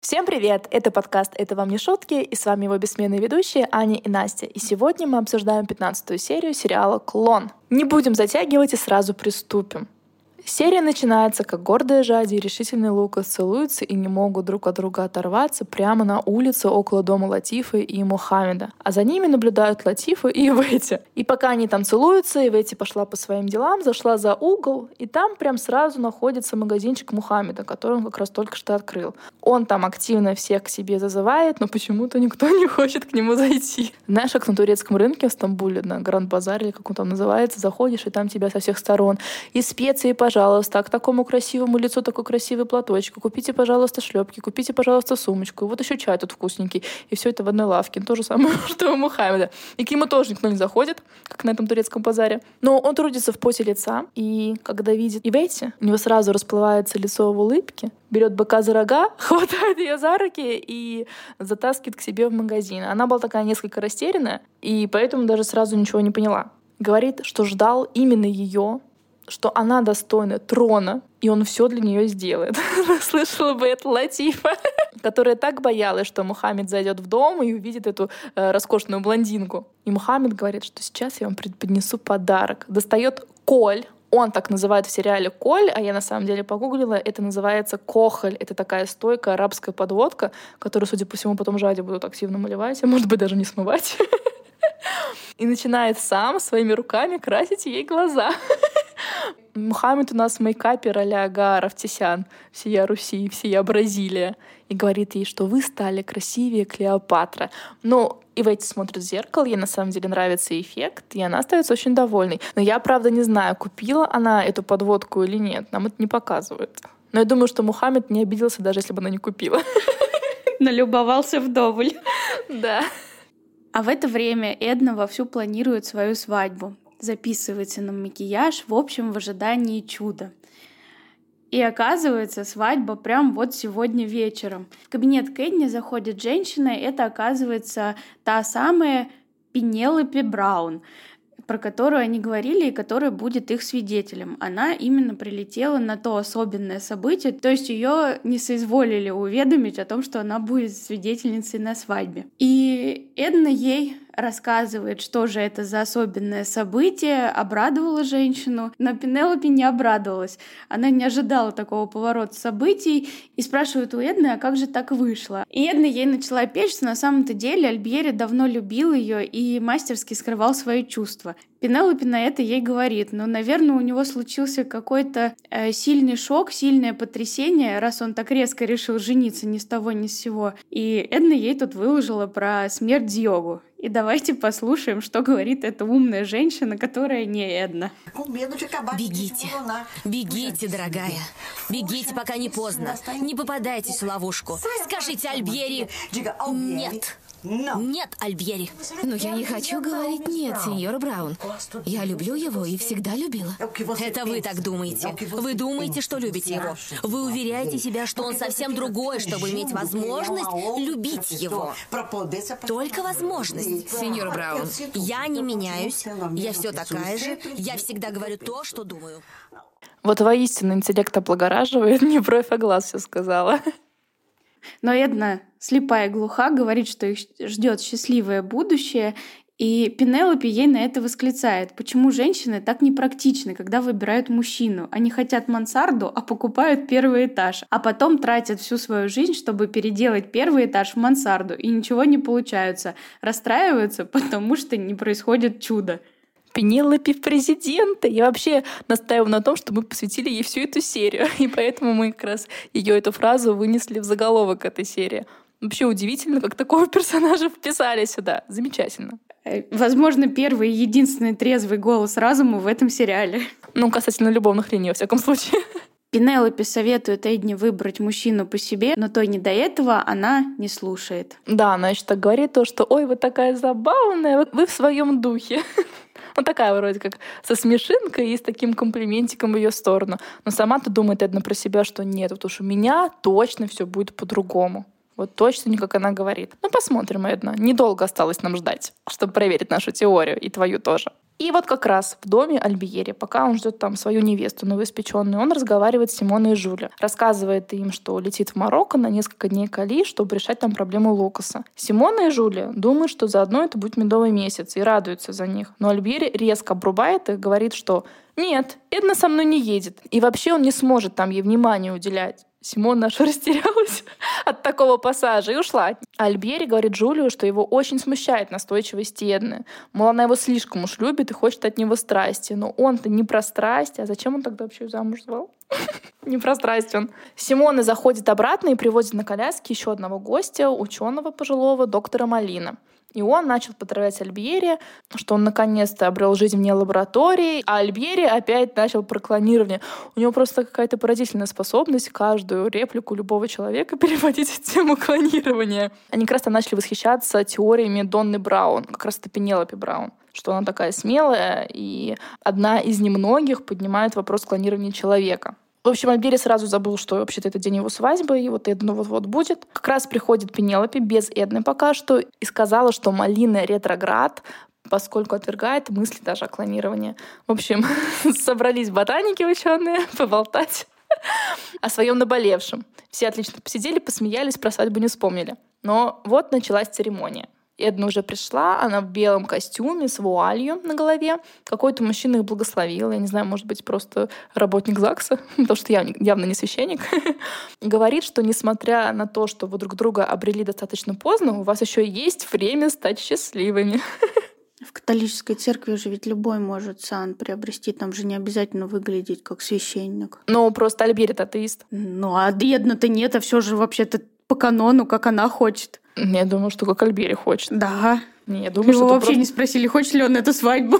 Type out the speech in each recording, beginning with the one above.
Всем привет! Это подкаст «Это вам не шутки», и с вами его бессменные ведущие Аня и Настя. И сегодня мы обсуждаем 15-ю серию сериала «Клон». Не будем затягивать и сразу приступим. Серия начинается, как гордая Жади и решительный Лукас целуются и не могут друг от друга оторваться прямо на улице около дома Латифы и Мухаммеда. А за ними наблюдают Латифа и Иветти. И пока они там целуются, Иветти пошла по своим делам, зашла за угол, и там прям сразу находится магазинчик Мухаммеда, который он как раз только что открыл. Он там активно всех к себе зазывает, но почему-то никто не хочет к нему зайти. Знаешь, как на турецком рынке в Стамбуле, на Гранд-базаре, или как он там называется, заходишь, и там тебя со всех сторон и специи, пожалуйста, а к такому красивому лицу такой красивый платочек, купите, пожалуйста, шлепки, купите, пожалуйста, сумочку, и вот еще чай тут вкусненький, и все это в одной лавке. То же самое, что у Мухаммеда. И к нему тоже никто не заходит, как на этом турецком базаре. Но он трудится в поте лица, и когда видит Иветти, у него сразу расплывается лицо в улыбке, берет быка за рога, хватает ее за руки и затаскивает к себе в магазин. Она была такая несколько растерянная, и поэтому даже сразу ничего не поняла. Говорит, что ждал именно ее, что она достойна трона, и он все для нее сделает. Слышала бы это Латифа, которая так боялась, что Мухаммед зайдет в дом и увидит эту роскошную блондинку. И Мухаммед говорит, что сейчас я вам преподнесу подарок. Достает коль. Он так называет в сериале коль, а я на самом деле погуглила, это называется кохоль. Это такая стойкая арабская подводка, которую, судя по всему, потом Жади будут активно моливать, а может быть даже не смывать. И начинает сам своими руками красить ей глаза. Мухаммед у нас в мейкапе а-ля Ага Равтисян, всея Руси, всея Бразилия. И говорит ей, что вы стали красивее Клеопатра. Но Иветти смотрит в зеркало, ей на самом деле нравится эффект, и она остается очень довольной. Но я, правда, не знаю, купила она эту подводку или нет. Нам это не показывают. Но я думаю, что Мухаммед не обиделся, даже если бы она не купила. Налюбовался вдоволь. Да. А в это время Эдна вовсю планирует свою свадьбу. Записывается на макияж, в общем, в ожидании чуда. И оказывается, свадьба прям вот сегодня вечером. В кабинет к Эдне заходит женщина, это оказывается та самая Пенелопе Браун, про которую они говорили и которая будет их свидетелем. Она именно прилетела на то особенное событие, то есть ее не соизволили уведомить о том, что она будет свидетельницей на свадьбе. И Эдна ей рассказывает, что же это за особенное событие, обрадовала женщину, но Пенелопе не обрадовалась. Она не ожидала такого поворота событий и спрашивает у Эдны, а как же так вышло? И Эдна ей начала петь, что на самом-то деле Альбьери давно любил ее и мастерски скрывал свои чувства. Пенелопе на это ей говорит, наверное, у него случился какой-то сильный шок, сильное потрясение, раз он так резко решил жениться ни с того ни с сего. И Эдна ей тут выложила про смерть Дьогу. И давайте послушаем, что говорит эта умная женщина, которая не Эдна. Бегите, бегите, дорогая. Бегите, пока не поздно. Не попадайтесь в ловушку. Скажите Альбьери «нет». Нет, Альбьери. Но я не хочу говорить «нет», сеньор Браун. Я люблю его и всегда любила. Это вы так думаете. Вы думаете, что любите его. Вы уверяете себя, что он совсем другой, чтобы иметь возможность любить его. Только возможность. Сеньор Браун. Я не меняюсь. Я все такая же. Я всегда говорю то, что думаю. Вот воистину интеллект облагораживает, не бровь, а глаз все сказала. Но Эдна, слепая и глуха, говорит, что их ждет счастливое будущее, и Пенелопе ей на это восклицает. Почему женщины так непрактичны, когда выбирают мужчину? Они хотят мансарду, а покупают первый этаж, а потом тратят всю свою жизнь, чтобы переделать первый этаж в мансарду, и ничего не получается. Расстраиваются, потому что не происходит чудо. Пенелопе в президенты. Я вообще настаиваю на том, что мы посвятили ей всю эту серию. И поэтому мы как раз ее эту фразу вынесли в заголовок этой серии. Вообще удивительно, как такого персонажа вписали сюда. Замечательно. Возможно, первый и единственный трезвый голос разума в этом сериале. Касательно любовных линий, во всяком случае. Пенелопе советует Эдне выбрать мужчину по себе, но той не до этого она не слушает. Да, она еще так говорит, что «Ой, вы такая забавная, вы в своем духе». Вот такая вроде как со смешинкой и с таким комплиментиком в ее сторону. Но сама-то думает Эдна про себя, что нет, вот уж у меня точно все будет по-другому. Вот точно не как она говорит. Посмотрим, Эдна. Недолго осталось нам ждать, чтобы проверить нашу теорию, и твою тоже. И вот как раз в доме Альбьери, пока он ждет там свою невесту новоиспеченную, он разговаривает с Симоной и Жюли. Рассказывает им, что летит в Марокко на несколько дней Кали, чтобы решать там проблему Лукаса. Симона и Жюли думают, что заодно это будет медовый месяц, и радуются за них. Но Альбьери резко обрубает и говорит, что нет, Эдна со мной не едет. И вообще он не сможет там ей внимания уделять. Симона аж растерялась от такого пассажа и ушла. Альбьери говорит Жюлию, что его очень смущает настойчивость Эдны. Мол, она его слишком уж любит и хочет от него страсти. Но он-то не про страсть. А зачем он тогда вообще ее замуж звал? Не про страсть он. Симона заходит обратно и приводит на коляске еще одного гостя, ученого пожилого, доктора Малина. И он начал поздравлять Альбьери, что он наконец-то обрел жизнь вне лаборатории, а Альбьери опять начал про клонирование. У него просто какая-то поразительная способность каждую реплику любого человека переводить в тему клонирования. Они как раз-то начали восхищаться теориями Донны Браун, как раз-то Пенелопи Браун, что она такая смелая и одна из немногих поднимает вопрос клонирования человека. В общем, Альбьери сразу забыл, что вообще-то это день его свадьбы, и вот Эдна вот-вот будет. Как раз приходит Пенелопи без Эдны пока что и сказала, что Малина ретроград, поскольку отвергает мысли даже о клонировании. В общем, собрались ботаники ученые поболтать о своем наболевшем. Все отлично посидели, посмеялись, про свадьбу не вспомнили. Но вот началась церемония. Эдна уже пришла, она в белом костюме с вуалью на голове. Какой-то мужчина их благословил. Я не знаю, может быть, просто работник ЗАГСа, потому что я явно не священник. Говорит, что несмотря на то, что вы друг друга обрели достаточно поздно, у вас еще есть время стать счастливыми. В католической церкви же ведь любой может сан приобрести, там же не обязательно выглядеть как священник. Ну, просто Альбьери-то атеист. Ну, а Эдна-то нет, а все же вообще-то по канону, как она хочет. Я думаю, что как Альбьери хочет. Да. Не, я думаю, его что вообще просто... не спросили, хочет ли он эту свадьбу.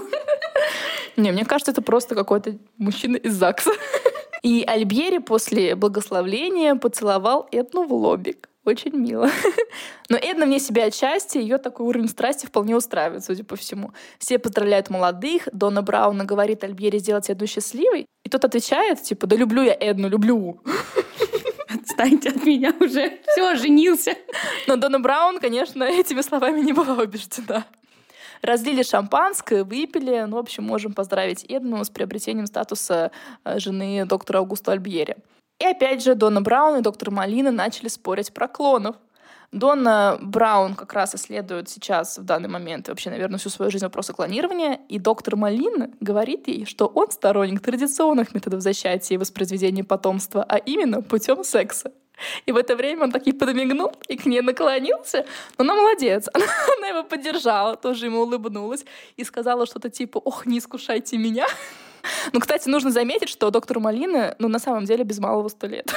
Не, мне кажется, это просто какой-то мужчина из ЗАГСа. И Альбьери после благословления поцеловал Эдну в лобик. Очень мило. Но Эдна вне себя от счастья, ее такой уровень страсти вполне устраивает, судя по всему. Все поздравляют молодых, Донна Брауна говорит Альбьери сделать Эдну счастливой, и тот отвечает, типа, да люблю я Эдну, люблю. Отстаньте от меня уже. Все, женился. Но Донна Браун, конечно, этими словами не была убеждена. Разлили шампанское, выпили. Ну, в общем, можем поздравить Эдну с приобретением статуса жены доктора Аугусто Альбьери. И опять же, Донна Браун и доктор Малина начали спорить про клонов. Донна Браун как раз исследует сейчас, в данный момент, вообще, наверное, всю свою жизнь вопросы клонирования, и доктор Малина говорит ей, что он сторонник традиционных методов зачатия и воспроизведения потомства, а именно путем секса. И в это время он таки подмигнул и к ней наклонился. Но она молодец. Она его поддержала, тоже ему улыбнулась и сказала что-то типа «Ох, не искушайте меня». Ну, кстати, нужно заметить, что доктору Малина, на самом деле без малого 100 лет.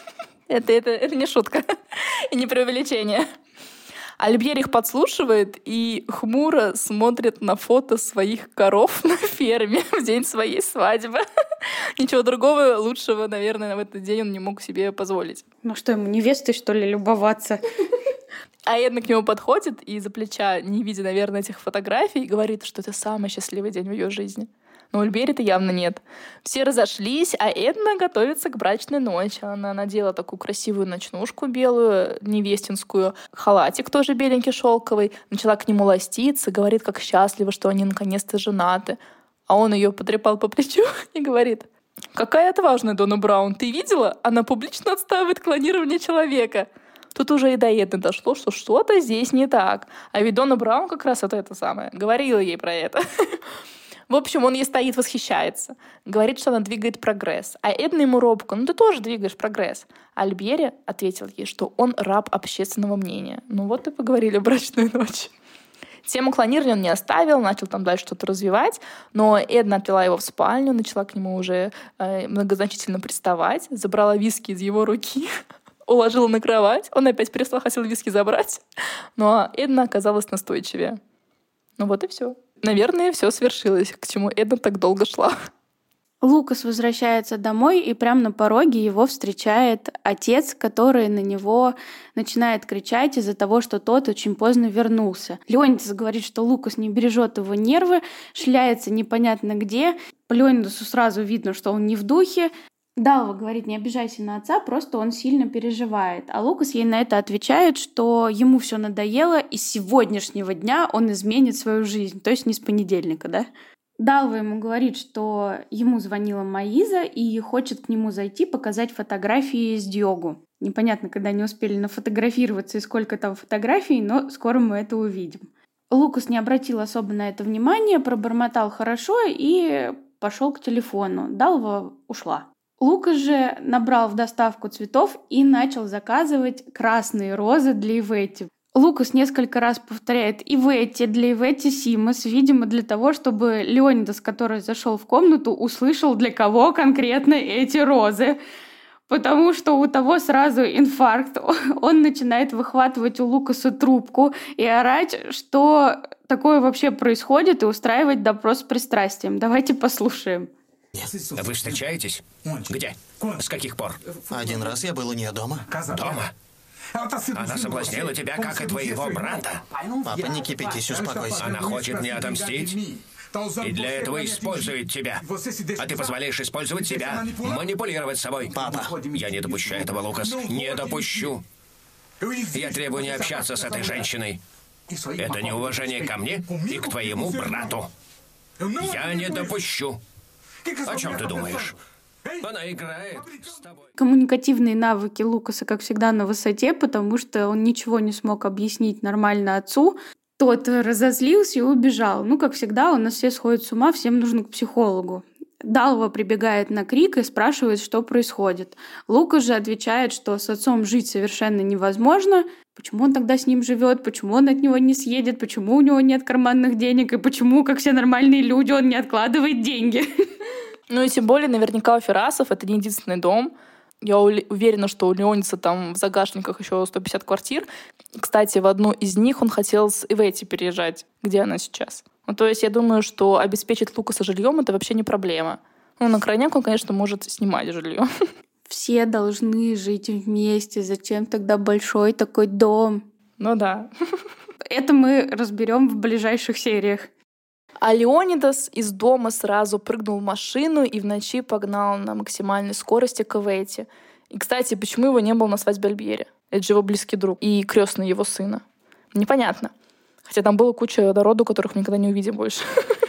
Это не шутка и не преувеличение. Альбьери их подслушивает и хмуро смотрит на фото своих коров на ферме в день своей свадьбы. Ничего другого лучшего, наверное, в этот день он не мог себе позволить. Ну что, ему невестой, что ли, любоваться? А Эдна к нему подходит и из-за плеча, не видя, наверное, этих фотографий, говорит, что это самый счастливый день в ее жизни. Но у Альбьери-то явно нет. Все разошлись, а Эдна готовится к брачной ночи. Она надела такую красивую ночнушку белую, невестинскую, халатик тоже беленький шелковый, начала к нему ластиться, говорит, как счастлива, что они наконец-то женаты. А он ее потрепал по плечу и говорит: «Какая отважная Донна Браун, ты видела? Она публично отстаивает клонирование человека». Тут уже и до Эдны дошло, что что-то здесь не так. А ведь Донна Браун как раз это самое говорила ей про это. В общем, он ей стоит, восхищается. Говорит, что она двигает прогресс. А Эдна ему робко: «Ну ты тоже двигаешь прогресс». А Альбьери ответил ей, что он раб общественного мнения. Ну вот и поговорили о брачной ночи. Тему клонирования он не оставил, начал там дальше что-то развивать, но Эдна отвела его в спальню, начала к нему уже многозначительно приставать, забрала виски из его руки, уложила на кровать. Он опять перестал, хотел виски забрать, но Эдна оказалась настойчивее. Ну вот и все. Наверное, все свершилось, к чему Эдна так долго шла. Лукас возвращается домой, и прямо на пороге его встречает отец, который на него начинает кричать из-за того, что тот очень поздно вернулся. Леонидас говорит, что Лукас не бережет его нервы, шляется непонятно где. По Леонидасу сразу видно, что он не в духе. Далва говорит: не обижайся на отца, просто он сильно переживает. А Лукас ей на это отвечает, что ему все надоело, и с сегодняшнего дня он изменит свою жизнь. То есть не с понедельника, да? Далва ему говорит, что ему звонила Маиза и хочет к нему зайти показать фотографии с Дьогу. Непонятно, когда они успели нафотографироваться и сколько там фотографий, но скоро мы это увидим. Лукас не обратил особо на это внимания, пробормотал хорошо и пошел к телефону. Далва ушла. Лукас же набрал в доставку цветов и начал заказывать красные розы для Иветти. Лукас несколько раз повторяет «Иветти» для Иветти Симос, видимо, для того, чтобы Леонидас, который зашел в комнату, услышал, для кого конкретно эти розы. Потому что у того сразу инфаркт. Он начинает выхватывать у Лукаса трубку и орать, что такое вообще происходит, и устраивать допрос с пристрастием. Давайте послушаем. Вы встречаетесь? Где? С каких пор? Один раз я был у нее дома. Дома? Она соблазнила тебя, как и твоего брата? Папа, не кипятись, успокойся. Она хочет мне отомстить и для этого использует тебя. А ты позволяешь использовать себя, манипулировать собой. Папа. Я не допущу этого, Лукас. Не допущу. Я требую не общаться с этой женщиной. Это неуважение ко мне и к твоему брату. Я не допущу. О чем ты думаешь? Она играет с тобой. Коммуникативные навыки Лукаса, как всегда, на высоте, потому что он ничего не смог объяснить нормально отцу. Тот разозлился и убежал. Как всегда, у нас все сходят с ума, всем нужно к психологу. Далва прибегает на крик и спрашивает, что происходит. Лукас же отвечает, что с отцом жить совершенно невозможно. Почему он тогда с ним живет? Почему он от него не съедет? Почему у него нет карманных денег? И почему, как все нормальные люди, он не откладывает деньги? И тем более, наверняка у Феррасов это не единственный дом. Я уверена, что у Леониса там в загашниках еще 150 квартир. Кстати, в одну из них он хотел с Иветти переезжать, где она сейчас. То есть я думаю, что обеспечить Лукаса жильем это вообще не проблема. На крайняк он, конечно, может снимать жилье. Все должны жить вместе. Зачем тогда большой такой дом? Да. Это мы разберем в ближайших сериях. А Леонидас из дома сразу прыгнул в машину и в ночи погнал на максимальной скорости к Иветти. И, кстати, почему его не было на свадьбе Альбьери? Это же его близкий друг и крестный его сына. Непонятно. Хотя там была куча народу, которых мы никогда не увидим больше.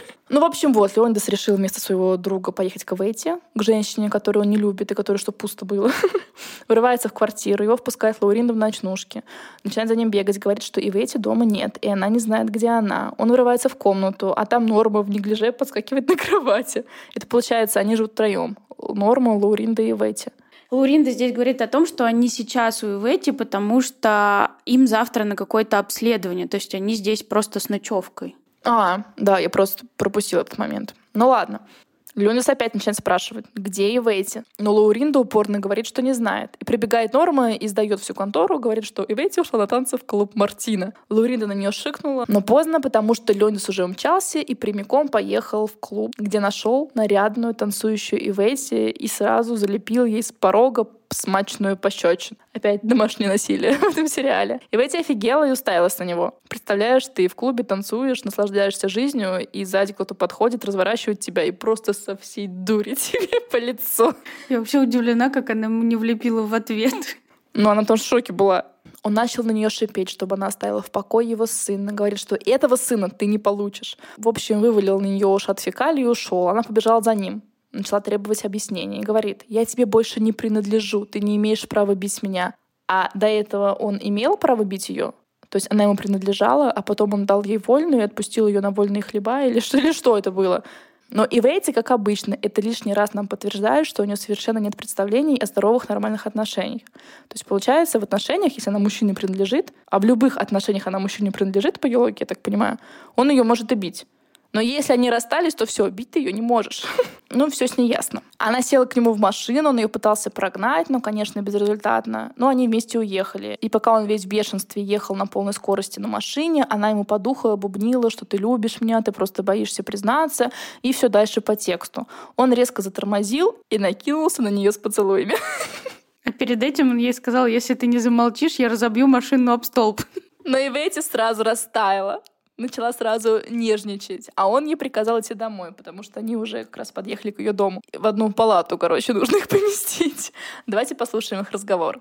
В общем, Леонидас решил вместо своего друга поехать к Иветти, к женщине, которую он не любит и которой чтобы пусто было. Вырывается в квартиру, его впускает Лауринда в ночнушке. Начинает за ним бегать, говорит, что Иветти дома нет, и она не знает, где она. Он вырывается в комнату, а там Норма в неглиже подскакивает на кровати. Это получается, они живут втроем. Норма, Лауринда и Иветти. Лауринда здесь говорит о том, что они сейчас у Иветти, потому что им завтра на какое-то обследование. То есть они здесь просто с ночевкой. Да, я просто пропустила этот момент. Ладно. Леонидас опять начинает спрашивать, где Иветти. Но Лауринда упорно говорит, что не знает. И прибегает Норма и сдает всю контору, говорит, что Иветти ушла на танцы в клуб Мартина. Лауринда на нее шикнула, но поздно, потому что Леонидас уже умчался и прямиком поехал в клуб, где нашел нарядную танцующую Иветти и сразу залепил ей с порога смачную пощечину. Опять домашнее насилие в этом сериале. Иветти офигела и уставилась на него. Представляешь, ты в клубе танцуешь, наслаждаешься жизнью, и сзади кто-то подходит, разворачивает тебя и просто со всей дури тебе по лицу. Я вообще удивлена, как она ему не влепила в ответ. Она тоже в шоке была. Он начал на нее шипеть, чтобы она оставила в покое его сына. Говорит, что этого сына ты не получишь. В общем, вывалил на нее ушат фекалий и ушел. Она побежала за ним. Начала требовать объяснений. И говорит, я тебе больше не принадлежу, ты не имеешь права бить меня. А до этого он имел право бить ее? То есть она ему принадлежала, а потом он дал ей вольную и отпустил ее на вольные хлеба? Или что это было? Но Иветти, как обычно, это лишний раз нам подтверждает, что у нее совершенно нет представлений о здоровых нормальных отношениях. То есть получается, в отношениях, если она мужчине принадлежит, а в любых отношениях она мужчине принадлежит, по логике, я так понимаю, он ее может и бить. Но если они расстались, то все, бить ты ее не можешь. Все с ней ясно. Она села к нему в машину, он ее пытался прогнать, но, конечно, безрезультатно. Но они вместе уехали. И пока он весь в бешенстве ехал на полной скорости на машине, она ему по духу бубнила, что ты любишь меня, ты просто боишься признаться, и все дальше по тексту. Он резко затормозил и накинулся на нее с поцелуями. А перед этим он ей сказал, если ты не замолчишь, я разобью машину об столб. Но Иветти сразу растаяла. Начала сразу нежничать. А он ей приказал идти домой, потому что они уже как раз подъехали к ее дому. В одну палату, нужно их поместить. Давайте послушаем их разговор.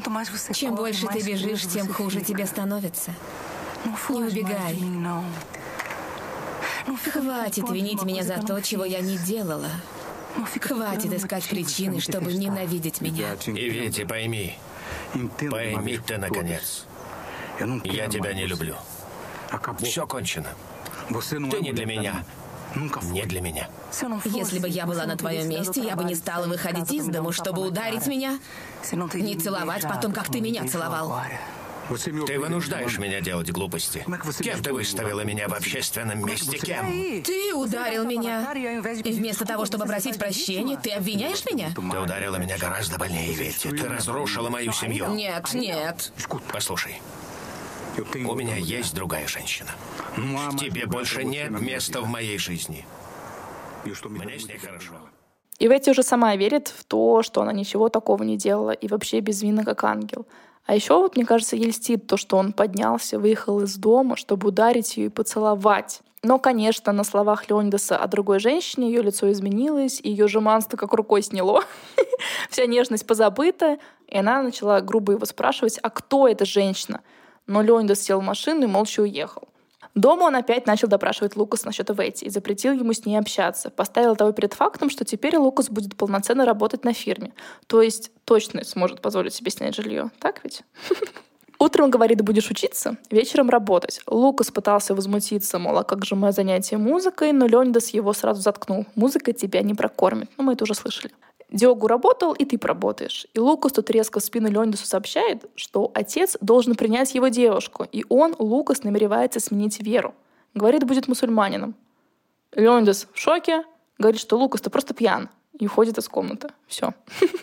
Чем больше ты бежишь, тем хуже тебе становится. Не убегай. Хватит винить меня за то, чего я не делала. Хватит искать причины, чтобы ненавидеть меня. И Вити, пойми. Пойми ты, наконец. Я тебя не люблю. Все кончено. Ты не для меня. Не для меня. Если бы я была на твоем месте, я бы не стала выходить из дому, чтобы ударить меня, не целовать потом, как ты меня целовал. Ты вынуждаешь меня делать глупости. Кем ты выставила меня в общественном месте? Кем? Ты ударил меня. И вместо того, чтобы просить прощения, ты обвиняешь меня? Ты ударила меня гораздо больнее, Вити. Ты разрушила мою семью. Нет, нет. Послушай. У меня есть другая женщина. Тебе больше нет места в моей жизни. Мне с ней хорошо. И Ветти уже сама верит в то, что она ничего такого не делала и вообще безвинна как ангел. А еще вот, мне кажется, ей льстит то, что он поднялся, выехал из дома, чтобы ударить ее и поцеловать. Но, конечно, на словах Леонидаса о другой женщине ее лицо изменилось, и ее жеманство как рукой сняло. Вся нежность позабыта, и она начала грубо его спрашивать, а кто эта женщина? Но Леонидас сел в машину и молча уехал. Дома он опять начал допрашивать Лукаса насчет Ветти и запретил ему с ней общаться. Поставил того перед фактом, что теперь Лукас будет полноценно работать на фирме. То есть точно сможет позволить себе снять жилье. Так ведь? Утром, говорит, будешь учиться, вечером работать. Лукас пытался возмутиться, мол, а как же мое занятие музыкой, но Леонидас его сразу заткнул. Музыка тебя не прокормит. Ну, мы это уже слышали. Диогу работал, и ты поработаешь. И Лукас тут резко в спину Леонидасу сообщает, что отец должен принять его девушку, и он, Лукас, намеревается сменить веру. Говорит, будет мусульманином. Леонидас в шоке, говорит, что Лукас, ты просто пьян, и уходит из комнаты. Все.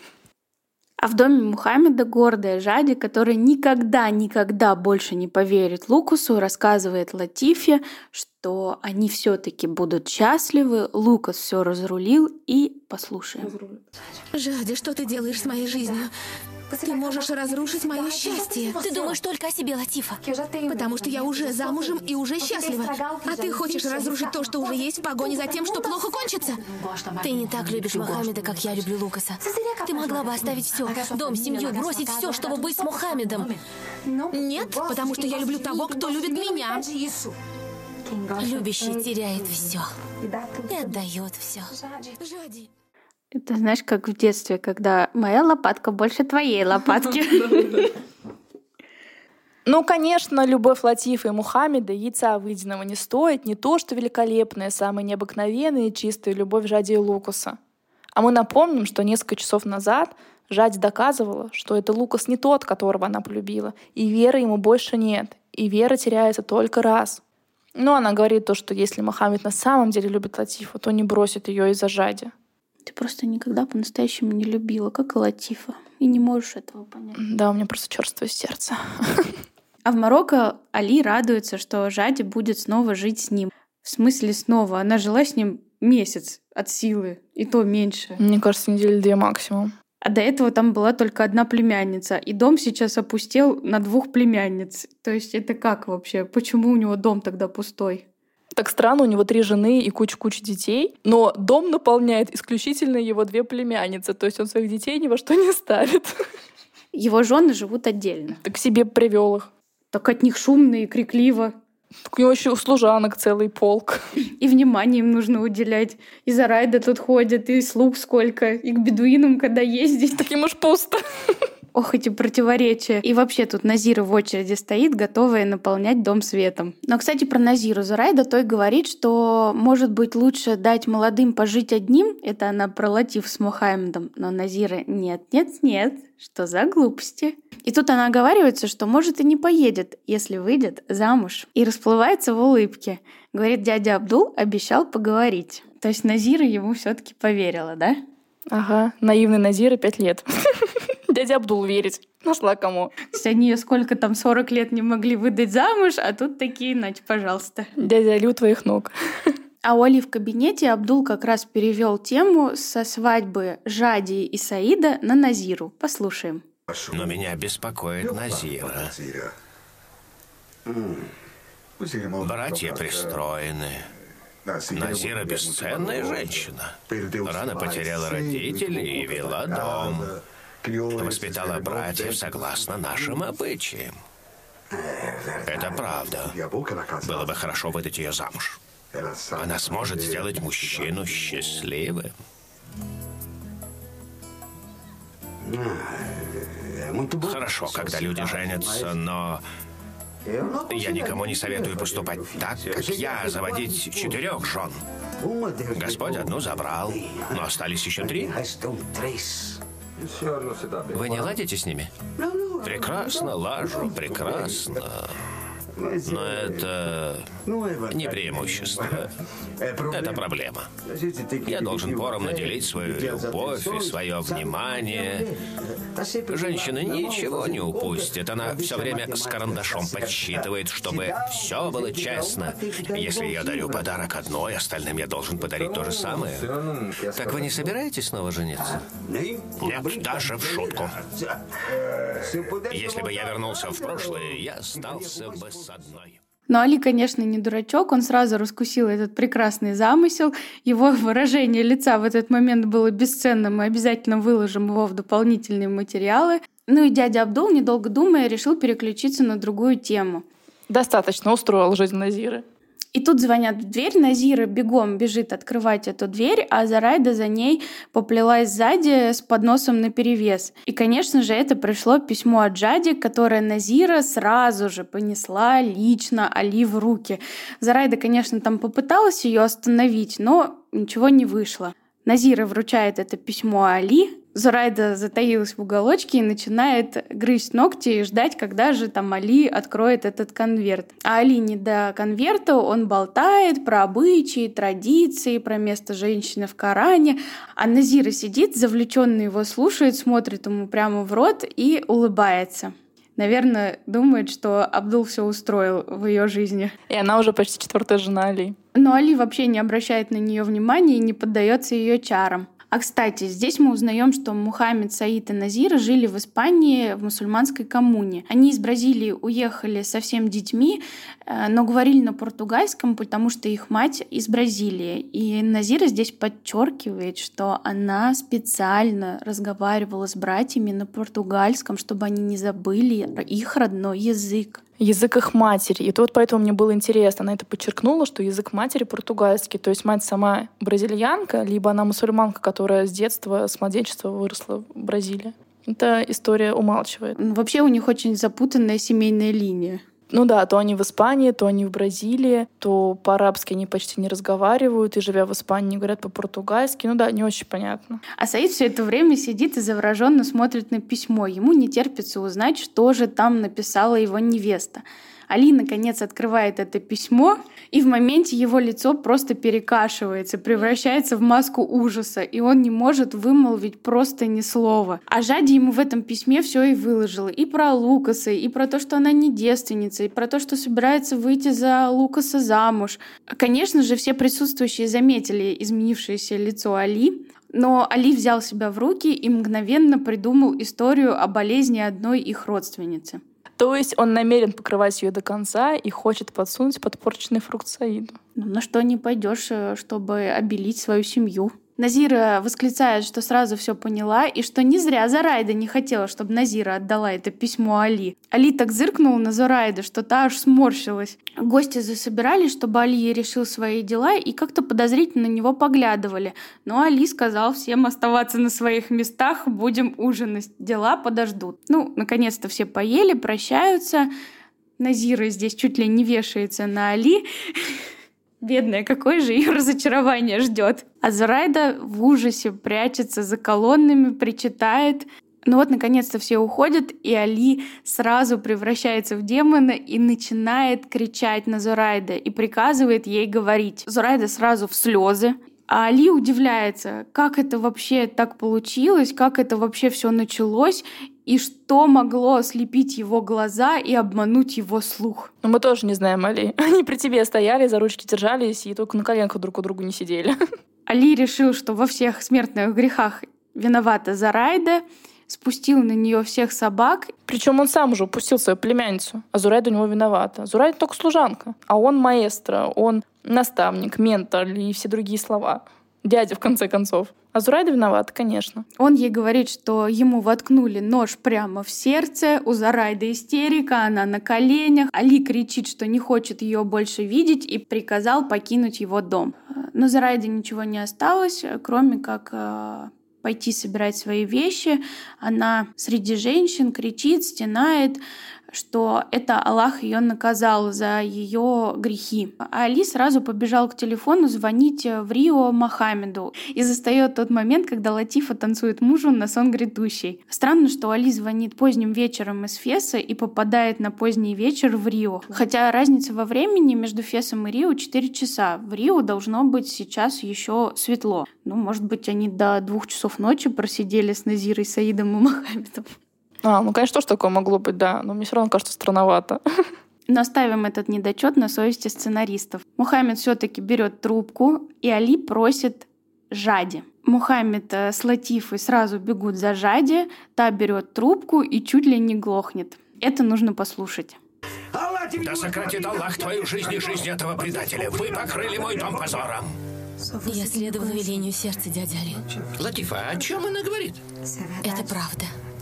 А в доме Мухаммеда гордая Жади, которая никогда больше не поверит Лукасу, рассказывает Латифе, что они все-таки будут счастливы. Лукас все разрулил, и послушаем. Жади, что ты делаешь с моей жизнью? Ты можешь разрушить мое счастье. Ты думаешь только о себе, Латифа. Потому что я уже замужем и уже счастлива. А ты хочешь разрушить то, что уже есть, в погоне за тем, что плохо кончится? Ты не так любишь Мухаммеда, как я люблю Лукаса. Ты могла бы оставить все, дом, семью, бросить все, чтобы быть с Мухаммедом. Нет, потому что я люблю того, кто любит меня. Любящий теряет все и отдает все. Жади. Это знаешь, как в детстве, когда моя лопатка больше твоей лопатки. Ну, конечно, любовь Латифа и Мухаммеда яйца выеденного не стоит. Не то, что великолепная, самая необыкновенная и чистая любовь Жади и Лукаса. А мы напомним, что несколько часов назад Жади доказывала, что это Лукас не тот, которого она полюбила, и веры ему больше нет, и вера теряется только раз. Но она говорит то, что если Мухаммед на самом деле любит Латифу, то не бросит ее из-за Жади. Ты просто никогда по-настоящему не любила, как и Латифа, и не можешь этого понять. Да, у меня просто чёрствое сердце. А в Марокко Али радуется, что Жади будет снова жить с ним. В смысле снова? Она жила с ним месяц от силы, и то меньше. Мне кажется, 2 недели максимум. А до этого там была только одна племянница, и дом сейчас опустел на 2 племянниц. То есть это как вообще? Почему у него дом тогда пустой? Так странно, у него 3 жены и куча детей, но дом наполняет исключительно его 2 племянницы, то есть он своих детей ни во что не ставит. Его жены живут отдельно. Так к себе привел их. Так от них шумно и крикливо. Так у него еще служанок целый полк. И внимание им нужно уделять. И Зарайда тут ходят, и слуг сколько, и к бедуинам, когда ездить. Так ему ж пусто. Ох, эти противоречия. И вообще тут Назира в очереди стоит, готовая наполнять дом светом. Но, кстати, про Назиру. Зурайда той говорит, что, может быть, лучше дать молодым пожить одним. Это она про Латиф с Мухаммедом. Но Назира нет, что за глупости. И тут она оговаривается, что, может, и не поедет, если выйдет замуж. И расплывается в улыбке. Говорит, дядя Абдул обещал поговорить. То есть Назира ему все-таки поверила, да? Ага, наивный Назира 5 лет. Дядя Абдул верить. Нашла кому. То есть они ее сколько там, 40 лет не могли выдать замуж, а тут такие, нате, пожалуйста. Дядя Али у твоих ног. А у Али в кабинете Абдул как раз перевел тему со свадьбы Жади и Саида на Назиру. Послушаем. Но меня беспокоит Назира. Братья пристроены. Назира бесценная женщина. Рано потеряла родителей и вела дом. Воспитала братьев согласно нашим обычаям. Это правда. Было бы хорошо выдать ее замуж. Она сможет сделать мужчину счастливым. Хорошо, когда люди женятся, но я никому не советую поступать так, как я, заводить 4 жен. Господь одну забрал, но остались еще 3. Вы не ладите с ними? Прекрасно лажу, прекрасно. Но это не преимущество. Это проблема. Я должен поровну делить свою любовь и свое внимание. Женщина ничего не упустит. Она все время с карандашом подсчитывает, чтобы все было честно. Если я дарю подарок одной, остальным я должен подарить то же самое. Так вы не собираетесь снова жениться? Нет, даже в шутку. Если бы я вернулся в прошлое, я остался бы с одной. Но Али, конечно, не дурачок, он сразу раскусил этот прекрасный замысел. Его выражение лица в этот момент было бесценным, мы обязательно выложим его в дополнительные материалы. Ну и дядя Абдул, недолго думая, решил переключиться на другую тему. Достаточно устроил жизнь Назиры. И тут звонят в дверь, Назира бегом бежит открывать эту дверь, а Зорайда за ней поплелась сзади с подносом наперевес. И, конечно же, это пришло письмо от Джади, которое Назира сразу же понесла лично Али в руки. Зорайда, конечно, там попыталась ее остановить, но ничего не вышло. Назира вручает это письмо Али, Зорайда затаилась в уголочке и начинает грызть ногти и ждать, когда же там Али откроет этот конверт. А Али не до конверта, он болтает про обычаи, традиции, про место женщины в Коране. А Назира сидит, завлеченно его слушает, смотрит ему прямо в рот и улыбается. Наверное, думает, что Абдул все устроил в ее жизни. И она уже почти 4-я жена Али. Но Али вообще не обращает на нее внимания и не поддается ее чарам. А, кстати, здесь мы узнаем, что Мухаммед, Саид и Назира жили в Испании в мусульманской коммуне. Они из Бразилии уехали со всеми детьми, но говорили на португальском, потому что их мать из Бразилии. И Назира здесь подчеркивает, что она специально разговаривала с братьями на португальском, чтобы они не забыли их родной язык. Язык их матери. И тут поэтому мне было интересно. Она это подчеркнула, что язык матери португальский. То есть мать сама бразильянка, либо она мусульманка, которая с детства, с младенчества выросла в Бразилии. Эта история умалчивает. Вообще у них очень запутанная семейная линия. Ну да, то они в Испании, то они в Бразилии, то по-арабски они почти не разговаривают, и, живя в Испании, говорят по-португальски. Ну да, не очень понятно. А Саид все это время сидит и завороженно смотрит на письмо. Ему не терпится узнать, что же там написала его невеста. Али, наконец, открывает это письмо, и в моменте его лицо просто перекашивается, превращается в маску ужаса, и он не может вымолвить просто ни слова. А Жади ему в этом письме все и выложила. И про Лукаса, и про то, что она не девственница, и про то, что собирается выйти за Лукаса замуж. Конечно же, все присутствующие заметили изменившееся лицо Али, но Али взял себя в руки и мгновенно придумал историю о болезни одной их родственницы. То есть он намерен покрывать ее до конца и хочет подсунуть подпорченный фрукт Саиду. Ну, на что не пойдешь, чтобы обелить свою семью. Назира восклицает, что сразу все поняла, и что не зря Зорайда не хотела, чтобы Назира отдала это письмо Али. Али так зыркнула на Зорайду, что та аж сморщилась. Гости засобирались, чтобы Али решил свои дела, и как-то подозрительно на него поглядывали. Но Али сказал всем оставаться на своих местах, будем ужинать, дела подождут. Ну, наконец-то все поели, прощаются. Назира здесь чуть ли не вешается на Али. Бедная, какое же ее разочарование ждет. А Зорайда в ужасе прячется за колоннами, причитает. Ну вот, наконец-то все уходят, и Али сразу превращается в демона и начинает кричать на Зорайда и приказывает ей говорить. Зорайда сразу в слезы. А Али удивляется, как это вообще так получилось, как это вообще все началось, и что могло ослепить его глаза и обмануть его слух. Но мы тоже не знаем, Али. Они при тебе стояли, за ручки держались и только на коленках друг у друга не сидели. Али решил, что во всех смертных грехах виновата Зорайда, спустил на нее всех собак. Причем он сам уже упустил свою племянницу, а Зорайда у него виновата. Зорайда только служанка, а он маэстро, он наставник, ментор и все другие слова. Дядя, в конце концов. А Зурайда виновата, конечно. Он ей говорит, что ему воткнули нож прямо в сердце, у Зурайды истерика, она на коленях. Али кричит, что не хочет ее больше видеть и приказал покинуть его дом. Но Зурайде ничего не осталось, кроме как пойти собирать свои вещи. Она среди женщин кричит, стенает, что это Аллах ее наказал за ее грехи. А Али сразу побежал к телефону звонить в Рио Мохаммеду и застает тот момент, когда Латифа танцует мужу на сон грядущий. Странно, что Али звонит поздним вечером из Феса и попадает на поздний вечер в Рио. Хотя разница во времени между Фесом и Рио 4 часа. В Рио должно быть сейчас еще светло. Может быть, они до 2 часов ночи просидели с Назирой, Саидом и Мохаммедом. Конечно, тоже такое могло быть, да. Но мне все равно кажется странновато. Но ставим этот недочет на совести сценаристов. Мухаммед все-таки берет трубку, и Али просит Жади. Мухаммед с Латифой сразу бегут за Жади, та берет трубку и чуть ли не глохнет. Это нужно послушать. Да сократит Аллах твою жизнь и жизнь этого предателя. Вы покрыли мой дом позором. Я следовала велению сердца, дядя Али. Латифа, о чем она говорит? Это правда.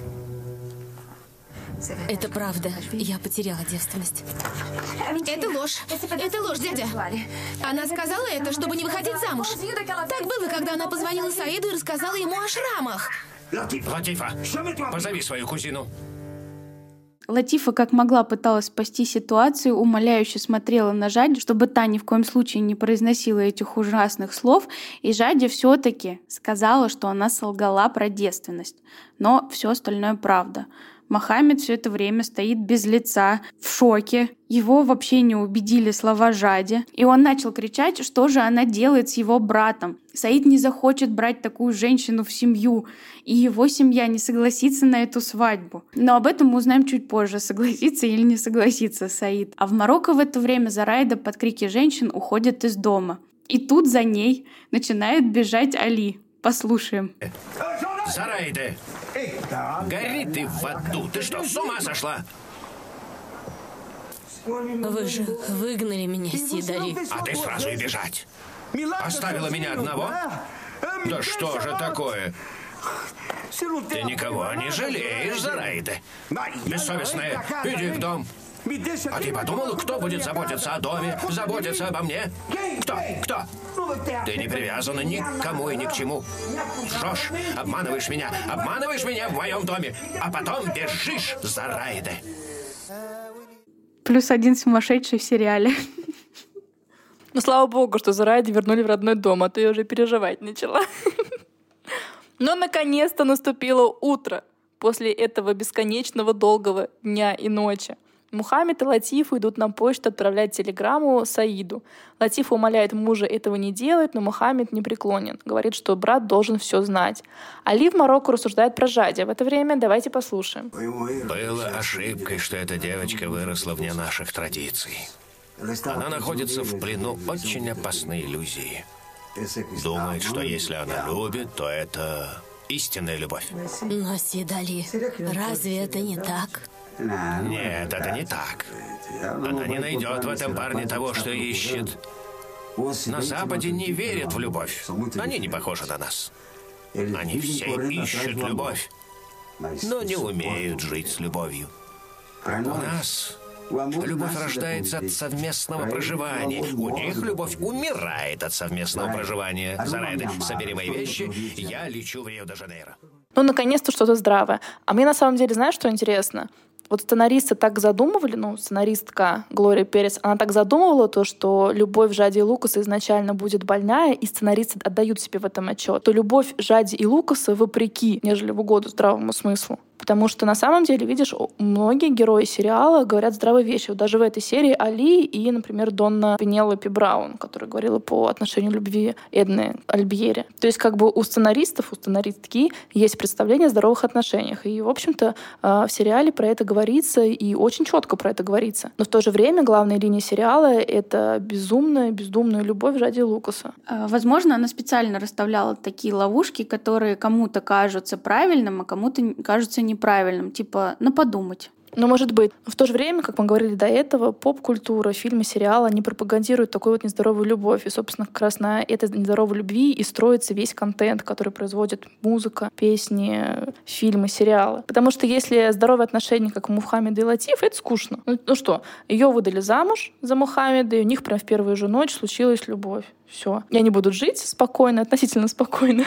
Это правда. Я потеряла девственность. Это ложь. Это ложь, дядя. Она сказала это, чтобы не выходить замуж. Так было, когда она позвонила Саиду и рассказала ему о шрамах. Латифа, позови свою кузину. Латифа как могла пыталась спасти ситуацию, умоляюще смотрела на Жади, чтобы та ни в коем случае не произносила этих ужасных слов, и Жади все-таки сказала, что она солгала про девственность. Но все остальное правда. Мохаммед все это время стоит без лица, в шоке. Его вообще не убедили слова Жади. И он начал кричать, что же она делает с его братом. Саид не захочет брать такую женщину в семью, и его семья не согласится на эту свадьбу. Но об этом мы узнаем чуть позже, согласится или не согласится Саид. А в Марокко в это время Зурайда под крики женщин уходит из дома. И тут за ней начинает бежать Али. Послушаем. Зурайда, гори ты в аду. Ты что, с ума сошла? Вы же выгнали меня, Сид Али. А ты сразу и бежать. Оставила меня одного? Да что же такое? Ты никого не жалеешь, Зурайда. Бессовестная, иди в дом. А ты подумал, кто будет заботиться о доме, заботиться обо мне? Кто? Ты не привязана ни к кому и ни к чему. Лжешь, обманываешь меня в моем доме, а потом бежишь, Зурайда. +1 сумасшедший в сериале. Слава богу, что Зурайду вернули в родной дом, а то я уже переживать начала. Но наконец-то наступило утро после этого бесконечного долгого дня и ночи. Мухаммед и Латифа идут на почту отправлять телеграмму Саиду. Латифа умоляет мужа этого не делать, но Мухаммед не преклонен. Говорит, что брат должен все знать. Али в Марокко рассуждает про Жади. В это время давайте послушаем. Было ошибкой, что эта девочка выросла вне наших традиций. Она находится в плену очень опасной иллюзии. Думает, что если она любит, то это истинная любовь. Но, Сид Али, разве это не так? Нет, это не так. Она не найдет в этом парне того, что ищет. На Западе не верят в любовь. Они не похожи на нас. Они все ищут любовь, но не умеют жить с любовью. У нас любовь рождается от совместного проживания. У них любовь умирает от совместного проживания. Зурайда, собери мои вещи, я лечу в Рио-де-Жанейро. Наконец-то что-то здравое. А мне на самом деле, знаешь, что интересно? Вот сценаристы так задумывали, сценаристка Глория Перес, она так задумывала то, что любовь Жади и Лукаса изначально будет больная, и сценаристы отдают себе в этом отчет, то любовь Жади и Лукаса вопреки, нежели в угоду здравому смыслу. Потому что на самом деле, видишь, многие герои сериала говорят здравые вещи. Вот даже в этой серии Али и, например, Донна Пенелопи Браун, которая говорила по отношению любви Эдны Альбьери. То есть как бы у сценаристов, у сценаристки есть представление о здоровых отношениях. И, в общем-то, в сериале про это говорится, и очень четко про это говорится. Но в то же время главная линия сериала — это бездумная любовь Жади и Лукаса. Возможно, она специально расставляла такие ловушки, которые кому-то кажутся правильным, а кому-то кажутся неправильным, типа на подумать. Ну, может быть. Но в то же время, как мы говорили до этого, поп-культура, фильмы, сериалы, они пропагандируют такую вот нездоровую любовь. И, собственно, как раз на этой нездоровой любви и строится весь контент, который производит музыка, песни, фильмы, сериалы. Потому что если здоровые отношения, как у Мухаммеда и Латиф, это скучно. Ну что, ее выдали замуж за Мухаммеда, и у них прям в первую же ночь случилась любовь. Все. И они будут жить спокойно, относительно спокойно,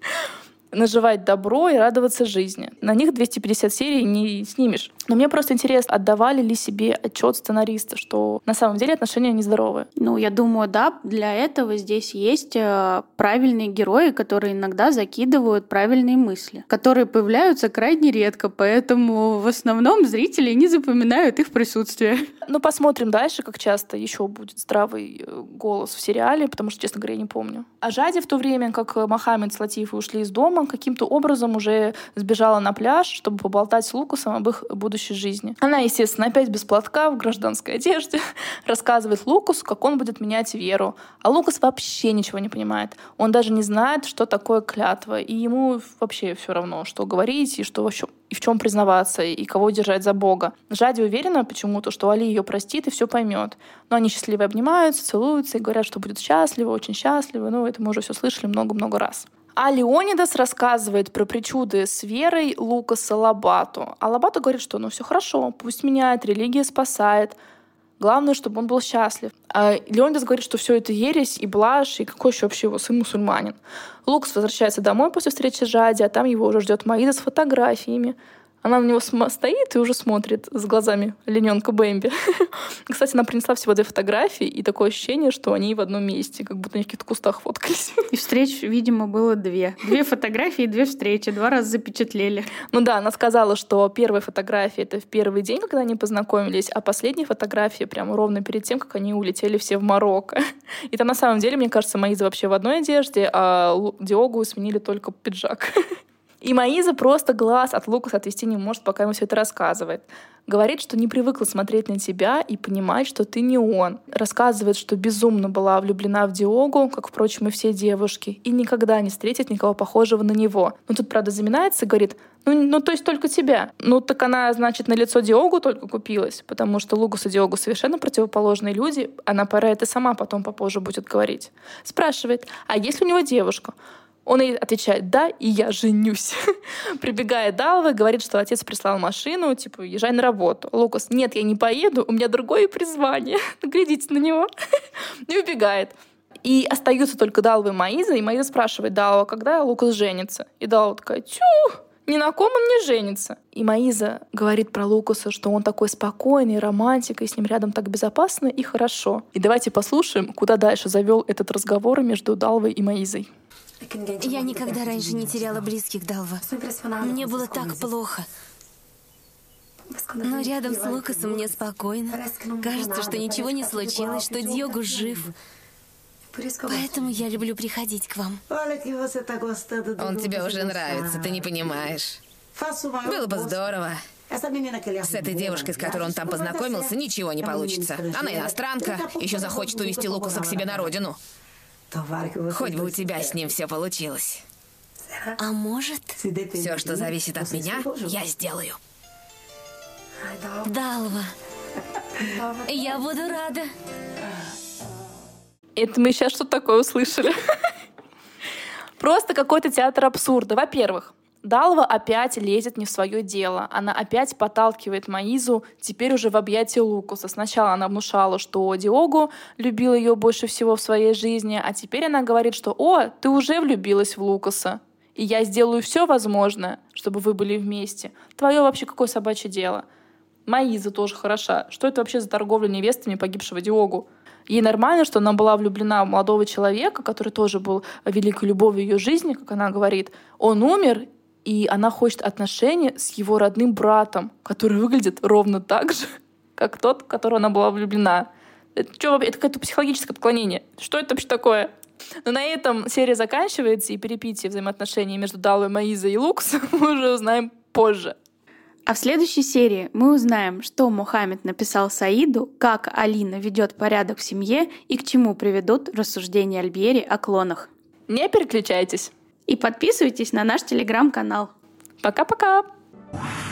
наживать добро и радоваться жизни. На них 250 серий не снимешь. Но мне просто интересно, отдавали ли себе отчет сценаристы, что на самом деле отношения нездоровые? Ну, я думаю, да, для этого здесь есть правильные герои, которые иногда закидывают правильные мысли, которые появляются крайне редко, поэтому в основном зрители не запоминают их присутствие. Ну, посмотрим дальше, как часто еще будет здравый голос в сериале, потому что, честно говоря, я не помню. А Жади в то время, как Мохаммед с Латифой ушли из дома, каким-то образом уже сбежала на пляж, чтобы поболтать с Лукасом об их будущей жизни. Она, естественно, опять без платка, в гражданской одежде, рассказывает Лукасу, как он будет менять веру. А Лукас вообще ничего не понимает. Он даже не знает, что такое клятва. И ему вообще все равно, что говорить, и что вообще, и в чем признаваться, и кого держать за Бога. Жади уверена почему-то, что Али ее простит и все поймет. Но они счастливо обнимаются, целуются и говорят, что будут счастливы, очень счастливы. Ну, это мы уже все слышали много-много раз. А Леонидас рассказывает про причуды с верой Лукаса Лабату. А Лабату говорит, что ну все хорошо, пусть меняет, религия спасает. Главное, чтобы он был счастлив. А Леонидас говорит, что все это ересь и блажь, и какой еще вообще его сын мусульманин. Лукас возвращается домой после встречи с Жади, а там его уже ждет Маида с фотографиями. Она на него стоит и уже смотрит с глазами олененка Бэмби. Кстати, она принесла всего 2 фотографии, и такое ощущение, что они в одном месте, как будто они в каких-то кустах фоткались. И встреч, видимо, было 2. 2 фотографии и 2 встречи. 2 раза запечатлели. Ну да, она сказала, что первая фотография — это в первый день, когда они познакомились, а последняя фотография прямо ровно перед тем, как они улетели все в Марокко. И там на самом деле, мне кажется, Маиза вообще в одной одежде, а Диогу сменили только пиджак. И Маиза просто глаз от Лукаса отвести не может, пока ему все это рассказывает. Говорит, что не привыкла смотреть на тебя и понимать, что ты не он. Рассказывает, что безумно была влюблена в Диогу, как, впрочем, и все девушки, и никогда не встретит никого похожего на него. Но тут, правда, заминается и говорит, ну, то есть только тебя. Ну, так она, значит, на лицо Диогу только купилась, потому что Лукас и Диогу совершенно противоположные люди. Она про это сама потом попозже будет говорить. Спрашивает, а есть ли у него девушка? Он ей отвечает, да, и я женюсь. Прибегает Далва и говорит, что отец прислал машину, типа, езжай на работу. Лукас, нет, я не поеду, у меня другое призвание. Глядите на него. И убегает. И остаются только Далва и Маиза, и Маиза спрашивает Далва, когда Лукас женится. И Далва такая, ни на ком он не женится. И Маиза говорит про Лукаса, что он такой спокойный, романтик, и с ним рядом так безопасно и хорошо. И давайте послушаем, куда дальше завел этот разговор между Далвой и Маизой. Я никогда раньше не теряла близких, Далва. Мне было так плохо. Но рядом с Лукасом мне спокойно. Кажется, что ничего не случилось, что Диогу жив. Поэтому я люблю приходить к вам. Он тебе уже нравится, ты не понимаешь. Было бы здорово. С этой девушкой, с которой он там познакомился, ничего не получится. Она иностранка, еще захочет увезти Лукаса к себе на родину. Хоть бы у тебя с ним все получилось. А может? Все, что зависит от меня, я сделаю. Далва, я буду рада. Это мы сейчас что-то такое услышали. Просто какой-то театр абсурда. Во-первых, Далва опять лезет не в свое дело. Она опять подталкивает Маизу теперь уже в объятия Лукаса. Сначала она внушала, что Диогу любил ее больше всего в своей жизни, а теперь она говорит, что «О, ты уже влюбилась в Лукаса, и я сделаю все возможное, чтобы вы были вместе. Твое вообще какое собачье дело?» Маиза тоже хороша. Что это вообще за торговля невестами погибшего Диогу? Ей нормально, что она была влюблена в молодого человека, который тоже был великой любовью ее жизни, как она говорит. Он умер, и она хочет отношения с его родным братом, который выглядит ровно так же, как тот, в которого она была влюблена. Это какое-то психологическое отклонение. Что это вообще такое? Но на этом серия заканчивается, и перипетии взаимоотношений между Далвой, Маизой и Лукасом мы уже узнаем позже. А в следующей серии мы узнаем, что Мухаммед написал Саиду, как Алина ведет порядок в семье и к чему приведут рассуждения Альбьери о клонах. Не переключайтесь. И подписывайтесь на наш телеграм-канал. Пока-пока!